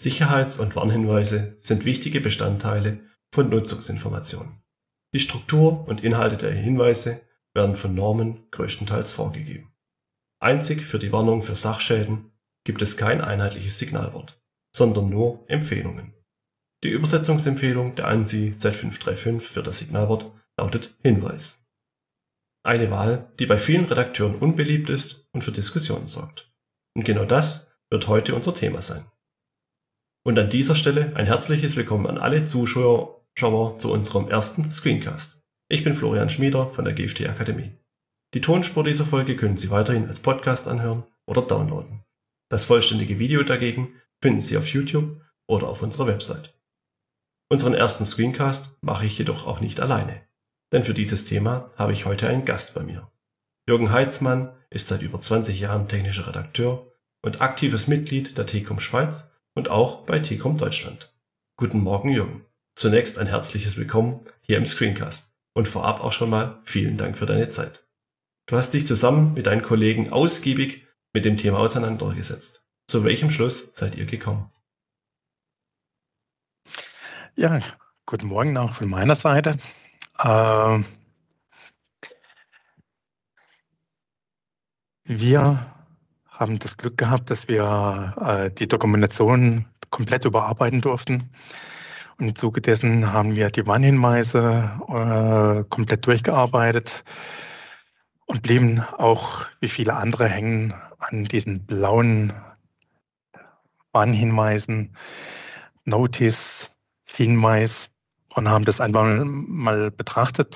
Sicherheits- und Warnhinweise sind wichtige Bestandteile von Nutzungsinformationen. Die Struktur und Inhalte der Hinweise werden von Normen größtenteils vorgegeben. Einzig für die Warnung für Sachschäden gibt es kein einheitliches Signalwort, sondern nur Empfehlungen. Die Übersetzungsempfehlung der ANSI Z535 für das Signalwort lautet Hinweis. Eine Wahl, die bei vielen Redakteuren unbeliebt ist und für Diskussionen sorgt. Und genau das wird heute unser Thema sein. Und an dieser Stelle ein herzliches Willkommen an alle Zuschauer zu unserem ersten Screencast. Ich bin Florian Schmieder von der GFT Akademie. Die Tonspur dieser Folge können Sie weiterhin als Podcast anhören oder downloaden. Das vollständige Video dagegen finden Sie auf YouTube oder auf unserer Website. Unseren ersten Screencast mache ich jedoch auch nicht alleine, denn für dieses Thema habe ich heute einen Gast bei mir. Jürgen Heitzmann ist seit über 20 Jahren technischer Redakteur und aktives Mitglied der TECOM Schweiz und auch bei TECOM Deutschland. Guten Morgen, Jürgen. Zunächst ein herzliches Willkommen hier im Screencast und vorab auch schon mal vielen Dank für deine Zeit. Du hast dich zusammen mit deinen Kollegen ausgiebig mit dem Thema auseinandergesetzt. Zu welchem Schluss seid ihr gekommen? Ja, guten Morgen auch von meiner Seite. Wir haben das Glück gehabt, dass wir die Dokumentation komplett überarbeiten durften. Und im Zuge dessen haben wir die Warnhinweise komplett durchgearbeitet und blieben auch wie viele andere hängen an diesen blauen Warnhinweisen, Notice, Hinweis, und haben das einfach mal betrachtet.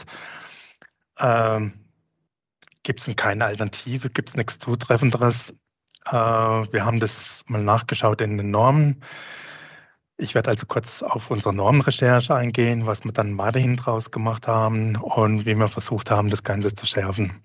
Gibt es keine Alternative, gibt es nichts Zutreffenderes. Wir haben das mal nachgeschaut in den Normen. Ich werde also kurz auf unsere Normenrecherche eingehen, was wir dann weiterhin draus gemacht haben und wie wir versucht haben, das Ganze zu schärfen.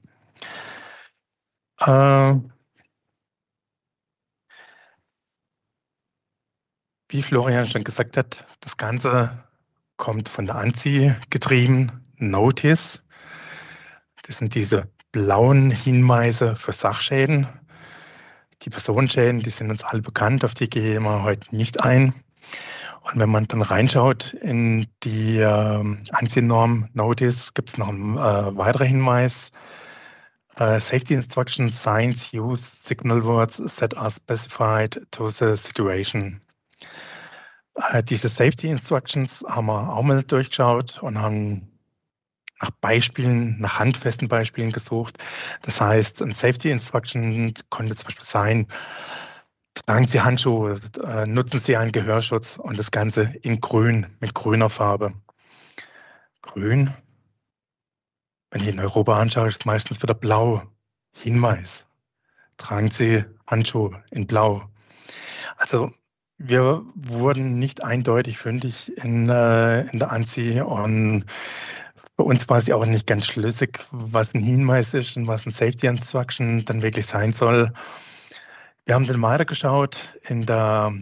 Wie Florian schon gesagt hat, das Ganze kommt von der ANSI getrieben, Notice. Das sind diese blauen Hinweise für Sachschäden. Die Personenschäden, die sind uns alle bekannt, auf die gehen wir heute nicht ein. Und wenn man dann reinschaut in die ANSI-Norm Notice, gibt es noch einen weiteren Hinweis. Safety Instructions, Signs, Use, Signal Words that are specified to the situation. Diese Safety Instructions haben wir auch mal durchgeschaut und haben nach Beispielen, nach handfesten Beispielen gesucht. Das heißt, ein Safety Instruction konnte zum Beispiel sein: tragen Sie Handschuhe, nutzen Sie einen Gehörschutz, und das Ganze in grün, mit grüner Farbe. Grün, wenn ich in Europa anschaue, ist meistens wieder blau. Hinweis: tragen Sie Handschuhe in blau. Also wir wurden nicht eindeutig fündig in der ANSI, und bei uns war es ja auch nicht ganz schlüssig, was ein Hinweis ist und was ein Safety Instruction dann wirklich sein soll. Wir haben dann weitergeschaut in der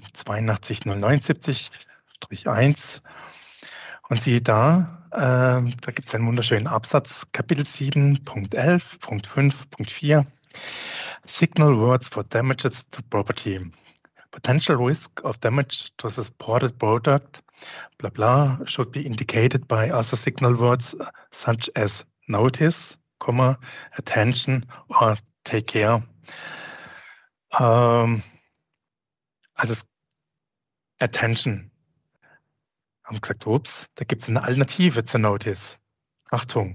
82079-1 und siehe da, da gibt es einen wunderschönen Absatz, Kapitel 7.11.5.4, Signal Words for Damages to Property. Potential risk of damage to the supported product, blah blah, should be indicated by other signal words such as notice, attention or take care. Also Attention. Haben gesagt, ups, da gibt es eine Alternative zur Notice. Achtung.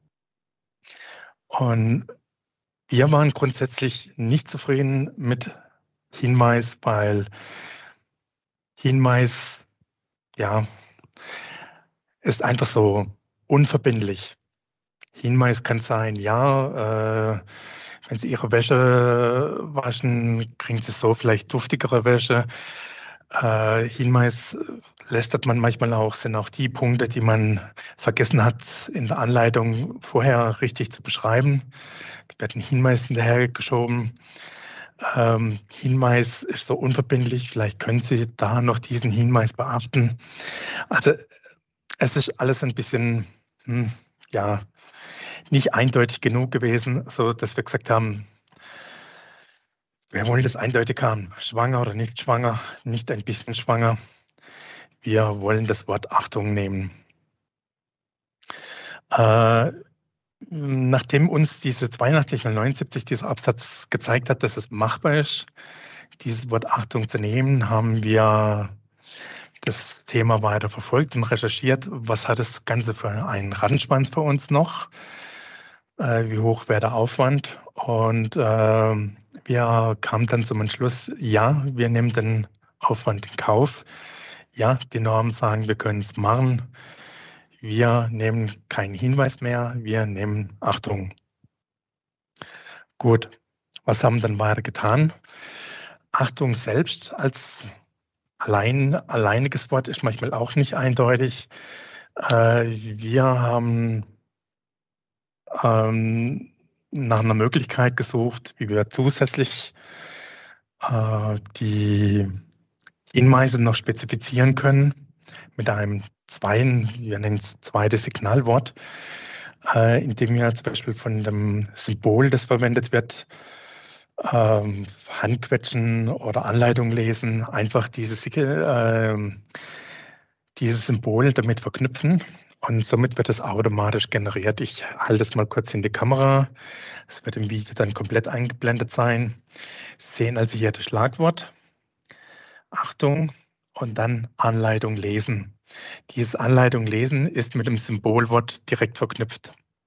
Und wir waren grundsätzlich nicht zufrieden mit Hinweis, weil Hinweis, ja, ist einfach so unverbindlich. Hinweis kann sein, ja, wenn Sie Ihre Wäsche waschen, kriegen Sie so vielleicht duftigere Wäsche. Hinweis lästert man manchmal auch, sind auch die Punkte, die man vergessen hat, in der Anleitung vorher richtig zu beschreiben. Es wird ein Hinweis hinterhergeschoben. Hinweis ist so unverbindlich, vielleicht können Sie da noch diesen Hinweis beachten. Also es ist alles ein bisschen, ja, nicht eindeutig genug gewesen, so dass wir gesagt haben, Wir wollen das eindeutig haben. Schwanger oder nicht schwanger, nicht ein bisschen schwanger. Wir wollen das Wort Achtung nehmen. Nachdem uns diese 8279, dieser Absatz gezeigt hat, dass es machbar ist, dieses Wort Achtung zu nehmen, haben wir das Thema weiter verfolgt und recherchiert. Was hat das Ganze für einen Rattenschwanz bei uns noch? Wie hoch wäre der Aufwand? Und wir kamen dann zum Entschluss, ja, wir nehmen den Aufwand in Kauf. Ja, die Normen sagen, wir können es machen. Wir nehmen keinen Hinweis mehr, wir nehmen Achtung. Gut, was haben wir dann weiter getan? Achtung selbst als alleiniges Wort ist manchmal auch nicht eindeutig. Wir haben nach einer Möglichkeit gesucht, wie wir zusätzlich die Hinweise noch spezifizieren können mit einem wir nennen es zweites Signalwort, indem wir zum Beispiel von dem Symbol, das verwendet wird, Handquetschen oder Anleitung lesen, einfach dieses Symbol damit verknüpfen und somit wird es automatisch generiert. Ich halte es mal kurz in die Kamera. Es wird im Video dann komplett eingeblendet sein. Sie sehen also hier das Schlagwort. Achtung und dann Anleitung lesen. Diese Anleitung lesen ist mit dem Symbolwort direkt verknüpft.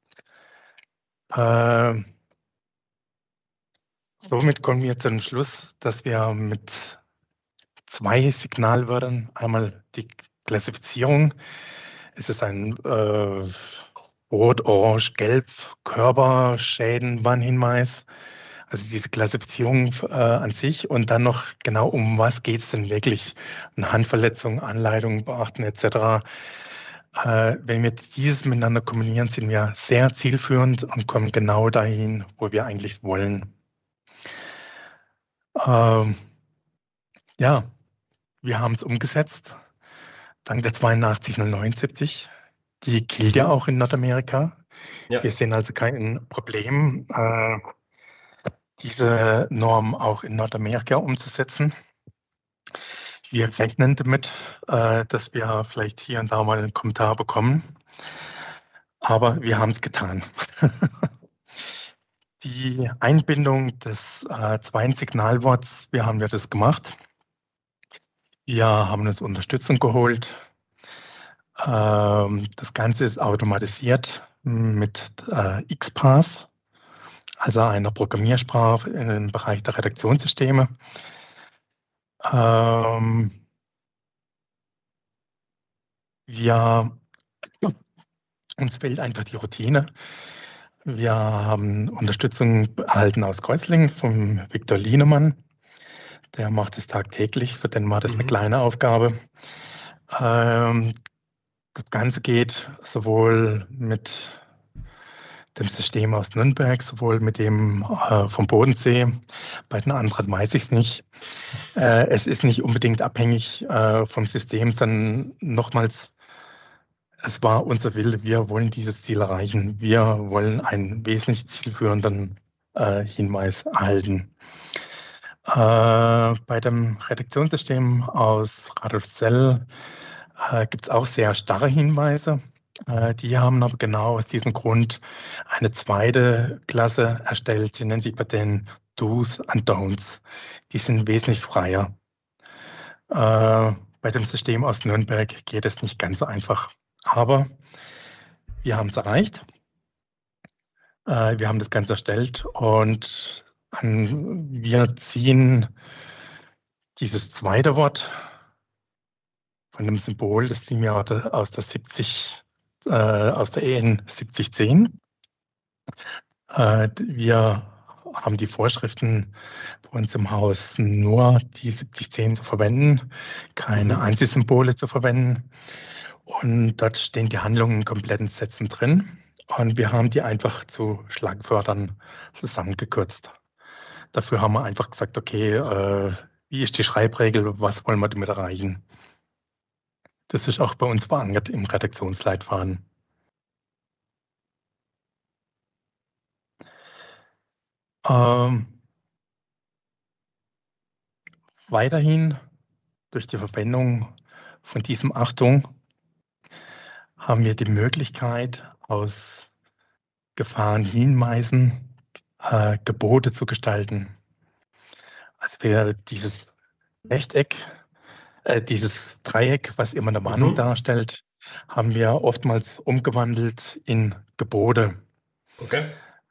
Somit kommen wir zu dem Schluss, dass wir mit zwei Signalwörtern einmal die Klassifizierung, es ist ein Rot, Orange, Gelb, Körperschäden, Warnhinweis, also diese Klassifizierung an sich und dann noch genau, um was geht es denn wirklich? Eine Handverletzung, Anleitung beachten etc. Wenn wir dieses miteinander kombinieren, sind wir sehr zielführend und kommen genau dahin, wo wir eigentlich wollen. Ja, wir haben es umgesetzt, dank der 82079. Die gilt ja auch in Nordamerika. Ja. Wir sehen also kein Problem, diese Norm auch in Nordamerika umzusetzen. Wir rechnen damit, dass wir vielleicht hier und da mal einen Kommentar bekommen, aber wir haben es getan. Die Einbindung des zweiten Signalworts, wir haben ja das gemacht. Wir haben uns Unterstützung geholt. Das Ganze ist automatisiert mit XPath, also einer Programmiersprache im Bereich der Redaktionssysteme. Uns fehlt einfach die Routine. Wir haben Unterstützung erhalten aus Kreuzlingen vom Viktor Lienemann. Der macht es tagtäglich, für den war das eine kleine Aufgabe. Das Ganze geht sowohl mit dem System aus Nürnberg, sowohl mit dem vom Bodensee. Bei den anderen weiß ich es nicht. Es ist nicht unbedingt abhängig vom System, sondern nochmals, es war unser Wille, wir wollen dieses Ziel erreichen. Wir wollen einen wesentlich zielführenden Hinweis erhalten. Bei dem Redaktionssystem aus Radolfzell gibt es auch sehr starre Hinweise. Die haben aber genau aus diesem Grund eine zweite Klasse erstellt, die nennt sich bei den Do's and Don'ts. Die sind wesentlich freier. Bei dem System aus Nürnberg geht es nicht ganz so einfach. Aber wir haben es erreicht. Wir haben das Ganze erstellt und wir ziehen dieses zweite Wort von dem Symbol, das ziehen wir aus der EN 7010. Wir haben die Vorschriften bei uns im Haus nur die 7010 zu verwenden, keine Einzelsymbole zu verwenden. Und dort stehen die Handlungen in kompletten Sätzen drin. Und wir haben die einfach zu Schlagwörtern zusammengekürzt. Dafür haben wir einfach gesagt, okay, wie ist die Schreibregel, was wollen wir damit erreichen? Das ist auch bei uns verankert im Redaktionsleitfaden. Weiterhin durch die Verwendung von diesem Achtung haben wir die Möglichkeit, aus Gefahrenhinweisen Gebote zu gestalten. Also wir dieses Rechteck, dieses Dreieck, was immer eine Warnung darstellt, haben wir oftmals umgewandelt in Gebote. Okay.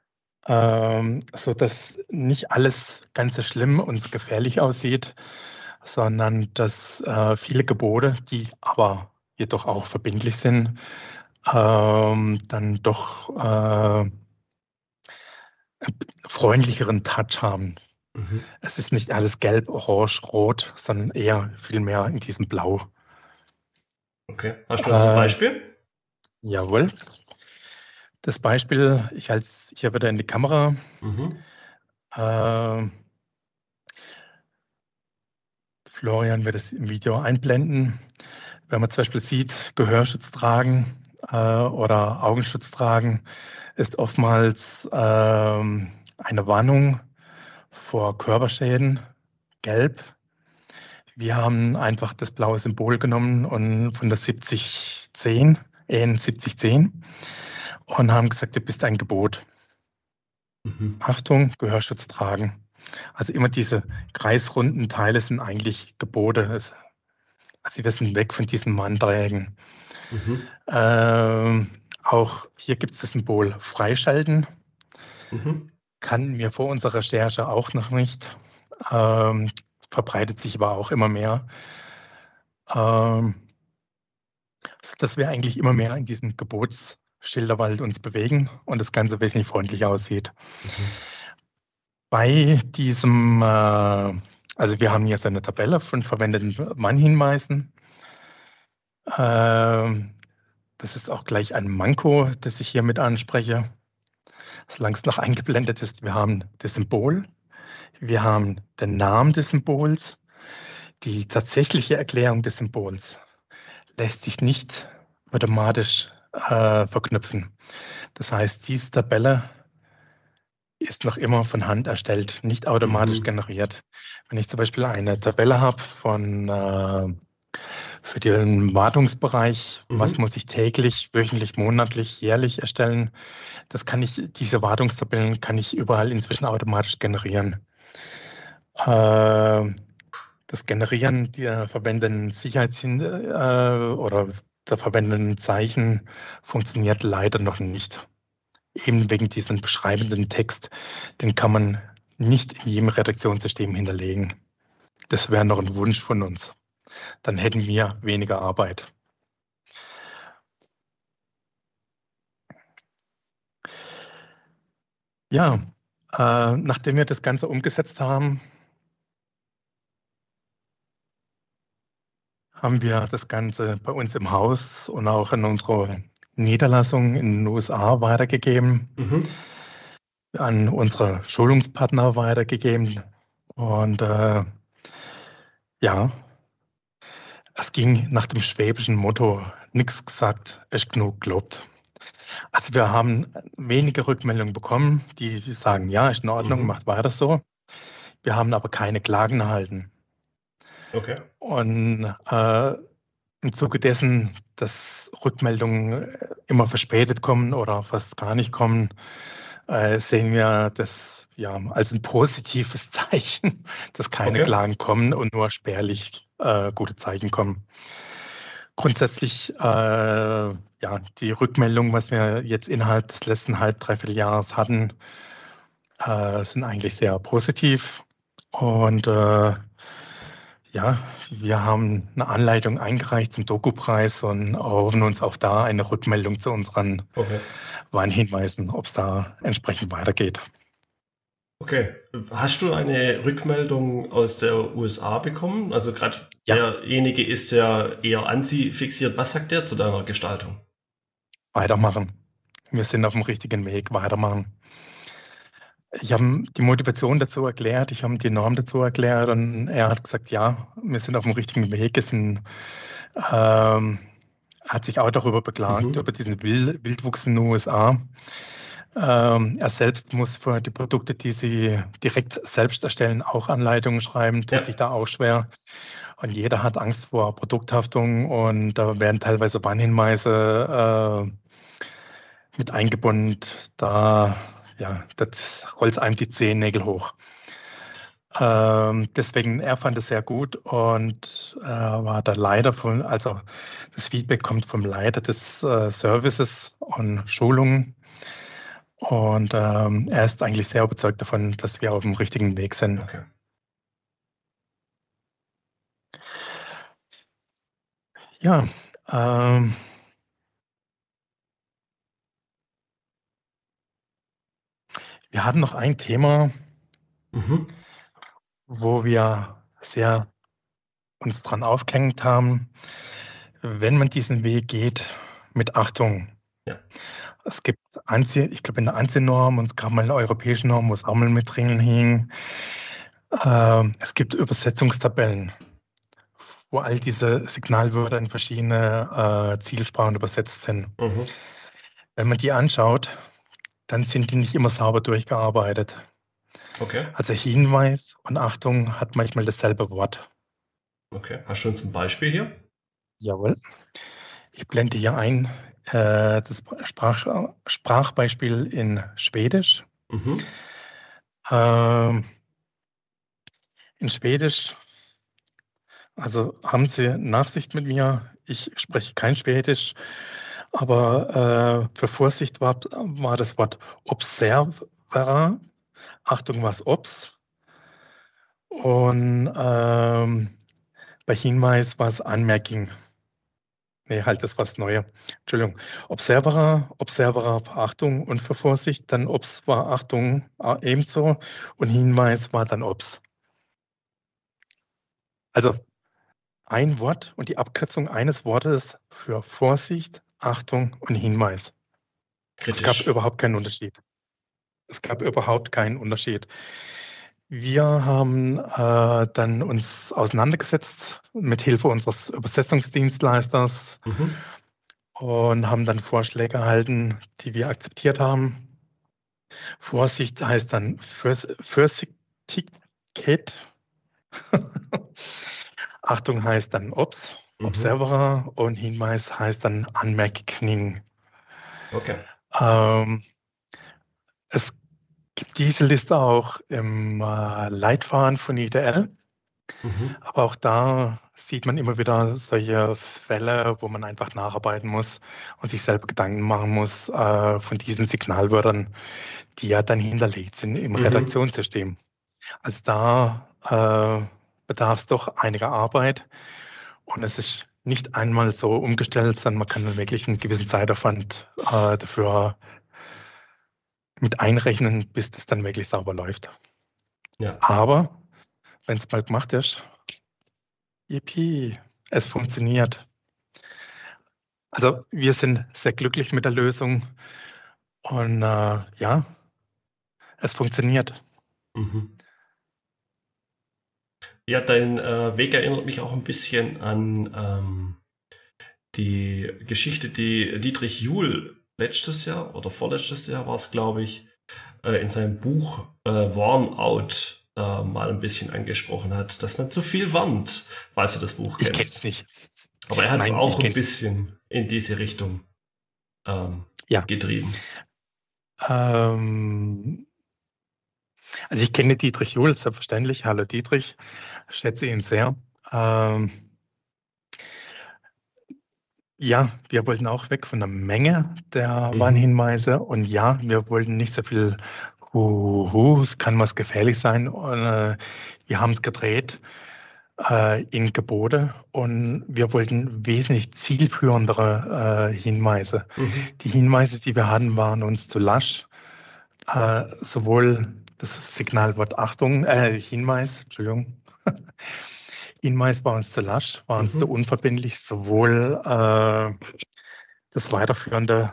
Sodass nicht alles ganz so schlimm und so gefährlich aussieht, sondern dass viele Gebote, die aber jedoch auch verbindlich sind, dann doch einen freundlicheren Touch haben. Es ist nicht alles gelb, orange, rot, sondern eher viel mehr in diesem Blau. Okay. Hast du jetzt ein Beispiel? Jawohl. Das Beispiel, ich halte es hier wieder in die Kamera. Florian wird es im Video einblenden. Wenn man zum Beispiel sieht, Gehörschutz tragen oder Augenschutz tragen, ist oftmals eine Warnung vor Körperschäden, gelb. Wir haben einfach das blaue Symbol genommen und von der 7010, EN 7010 und haben gesagt, du bist ein Gebot. Achtung, Gehörschutz tragen. Also immer diese kreisrunden Teile sind eigentlich Gebote. Also wir sind weg von diesen Mannträgen. Auch hier gibt es das Symbol Freischalten. Kannten wir vor unserer Recherche auch noch nicht. Verbreitet sich aber auch immer mehr. Dass wir eigentlich immer mehr in diesem Gebotsschilderwald uns bewegen und das Ganze wesentlich freundlicher aussieht. Bei diesem, also wir haben hier so eine Tabelle von verwendeten Warnhinweisen. Das ist auch gleich ein Manko, das ich hier mit anspreche. Solange es noch eingeblendet ist, wir haben das Symbol, wir haben den Namen des Symbols, die tatsächliche Erklärung des Symbols lässt sich nicht automatisch verknüpfen. Das heißt, diese Tabelle ist noch immer von Hand erstellt, nicht automatisch generiert. Wenn ich zum Beispiel eine Tabelle habe für den Wartungsbereich, was muss ich täglich, wöchentlich, monatlich, jährlich erstellen, diese Wartungstabellen kann ich überall inzwischen automatisch generieren. Das Generieren der verwendeten oder der verwendeten Zeichen funktioniert leider noch nicht. Eben wegen diesem beschreibenden Text, den kann man nicht in jedem Redaktionssystem hinterlegen. Das wäre noch ein Wunsch von uns. Dann hätten wir weniger Arbeit. Ja, nachdem wir das Ganze umgesetzt haben, haben wir das Ganze bei uns im Haus und auch in unserer Niederlassung in den USA weitergegeben, an unsere Schulungspartner weitergegeben. Und ja, es ging nach dem schwäbischen Motto, nichts gesagt, echt genug gelobt. Also wir haben wenige Rückmeldungen bekommen, die sagen, ja, ist in Ordnung, macht weiter so. Wir haben aber keine Klagen erhalten. Okay. Und im Zuge dessen, dass Rückmeldungen immer verspätet kommen oder fast gar nicht kommen, sehen wir das ja als ein positives Zeichen, dass keine Klagen kommen und nur spärlich gute Zeichen kommen. Grundsätzlich, ja, die Rückmeldungen, was wir jetzt innerhalb des letzten dreiviertel Jahres hatten, sind eigentlich sehr positiv. Und ja, wir haben eine Anleitung eingereicht zum Doku-Preis und erhoffen uns auch da eine Rückmeldung zu unseren Warnhinweisen, ob es da entsprechend weitergeht. Okay. Hast du eine Rückmeldung aus der USA bekommen? Also gerade derjenige ist ja eher anti-fixiert. Was sagt der zu deiner Gestaltung? Weitermachen. Wir sind auf dem richtigen Weg. Weitermachen. Ich habe die Motivation dazu erklärt, ich habe die Norm dazu erklärt und er hat gesagt, ja, wir sind auf dem richtigen Weg. Hat sich auch darüber beklagt, über diesen Wildwuchs in den USA. Er selbst muss für die Produkte, die Sie direkt selbst erstellen, auch Anleitungen schreiben, tut sich da auch schwer. Und jeder hat Angst vor Produkthaftung und da werden teilweise Warnhinweise mit eingebunden. Da, ja, das rollt einem die Zehennägel hoch. Deswegen, er fand es sehr gut und war da leider also das Feedback kommt vom Leiter des Services und Schulungen. Und er ist eigentlich sehr überzeugt davon, dass wir auf dem richtigen Weg sind. Okay. Ja, wir hatten noch ein Thema, wo wir sehr uns dran aufgehängt haben, wenn man diesen Weg geht, mit Achtung. Ja. Es gibt ich glaube in der ANSI-Norm, und es gab mal eine europäische Norm, wo es auch mal mit drin hing. Es gibt Übersetzungstabellen, wo all diese Signalwörter in verschiedene Zielsprachen übersetzt sind. Wenn man die anschaut, dann sind die nicht immer sauber durchgearbeitet. Okay. Also Hinweis und Achtung hat manchmal dasselbe Wort. Okay. Hast du uns ein Beispiel hier? Jawohl. Ich blende hier ein das Sprachbeispiel in Schwedisch. In Schwedisch, also haben Sie Nachsicht mit mir, ich spreche kein Schwedisch, aber für Vorsicht war das Wort observera, Achtung, was obs, und bei Hinweis war es Anmerking. Nee, halt, das war das Neue. Entschuldigung. Observera, Achtung und für Vorsicht, dann obs war Achtung ebenso und Hinweis war dann obs. Also ein Wort und die Abkürzung eines Wortes für Vorsicht, Achtung und Hinweis. Kritisch. Es gab überhaupt keinen Unterschied. Wir haben dann uns auseinandergesetzt mit Hilfe unseres Übersetzungsdienstleisters und haben dann Vorschläge erhalten, die wir akzeptiert haben. Vorsicht heißt dann Vorsichtigkeit. Achtung heißt dann Observer und Hinweis heißt dann Anmerkning. Okay. Es gibt diese Liste auch im Leitfaden von ITL. Aber auch da sieht man immer wieder solche Fälle, wo man einfach nacharbeiten muss und sich selber Gedanken machen muss von diesen Signalwörtern, die ja dann hinterlegt sind im Redaktionssystem. Also da bedarf es doch einiger Arbeit und es ist nicht einmal so umgestellt, sondern man kann dann wirklich einen gewissen Zeitaufwand dafür mit einrechnen, bis das dann wirklich sauber läuft. Ja. Aber wenn es mal gemacht ist, yippie, es funktioniert. Also wir sind sehr glücklich mit der Lösung und ja, es funktioniert. Ja, dein Weg erinnert mich auch ein bisschen an die Geschichte, die Dietrich Juhl letztes Jahr oder vorletztes Jahr war es, glaube ich, in seinem Buch Warn-Out mal ein bisschen angesprochen hat, dass man zu viel warnt, falls du das Buch kennst. Ich kenn's nicht. Aber er hat es auch ein bisschen in diese Richtung getrieben. Also ich kenne Dietrich Juhl, selbstverständlich. Hallo Dietrich, schätze ihn sehr. Ja, wir wollten auch weg von der Menge der Warnhinweise und ja, wir wollten nicht so viel es kann was gefährlich sein. Und, wir haben es gedreht in Gebote und wir wollten wesentlich zielführendere Hinweise. Die Hinweise, die wir hatten, waren uns zu lasch. Sowohl das Signalwort Achtung, Hinweis, Entschuldigung. Hinweis war uns zu lasch, war uns zu unverbindlich, sowohl die weiterführende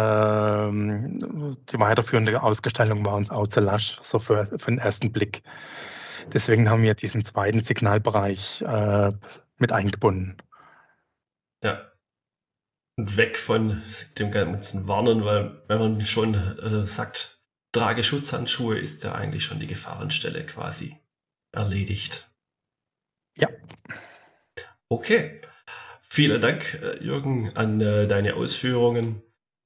Ausgestaltung war uns auch zu lasch, so für den ersten Blick. Deswegen haben wir diesen zweiten Signalbereich mit eingebunden. Ja. und weg von dem ganzen Warnen, weil wenn man schon sagt, trage Schutzhandschuhe, ist ja eigentlich schon die Gefahrenstelle quasi erledigt. Ja. Okay. Vielen Dank, Jürgen, an deine Ausführungen.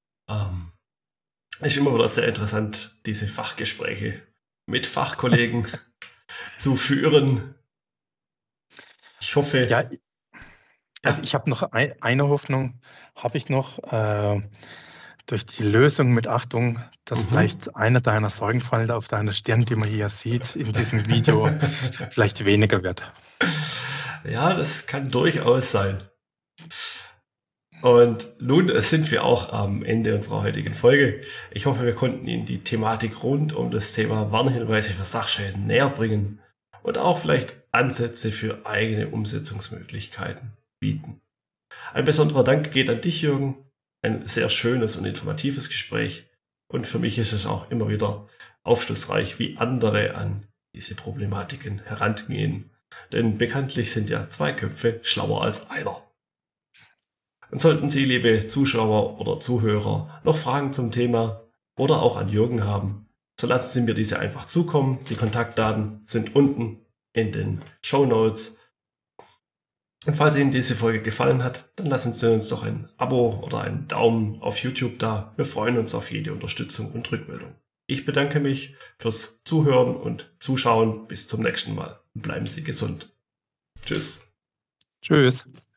Ist immer wieder sehr interessant, diese Fachgespräche mit Fachkollegen zu führen. Ich hoffe. Ja, also ich habe noch eine Hoffnung, durch die Lösung mit Achtung, dass vielleicht einer deiner Sorgenfalten auf deiner Stirn, die man hier sieht in diesem Video, vielleicht weniger wird. Ja, das kann durchaus sein. Und nun sind wir auch am Ende unserer heutigen Folge. Ich hoffe, wir konnten Ihnen die Thematik rund um das Thema Warnhinweise für Sachschäden näher bringen und auch vielleicht Ansätze für eigene Umsetzungsmöglichkeiten bieten. Ein besonderer Dank geht an dich, Jürgen. Ein sehr schönes und informatives Gespräch. Und für mich ist es auch immer wieder aufschlussreich, wie andere an diese Problematiken herangehen. Denn bekanntlich sind ja 2 Köpfe schlauer als einer. Und sollten Sie, liebe Zuschauer oder Zuhörer, noch Fragen zum Thema oder auch an Jürgen haben, so lassen Sie mir diese einfach zukommen. Die Kontaktdaten sind unten in den Shownotes. Und falls Ihnen diese Folge gefallen hat, dann lassen Sie uns doch ein Abo oder einen Daumen auf YouTube da. Wir freuen uns auf jede Unterstützung und Rückmeldung. Ich bedanke mich fürs Zuhören und Zuschauen. Bis zum nächsten Mal. Bleiben Sie gesund. Tschüss. Tschüss.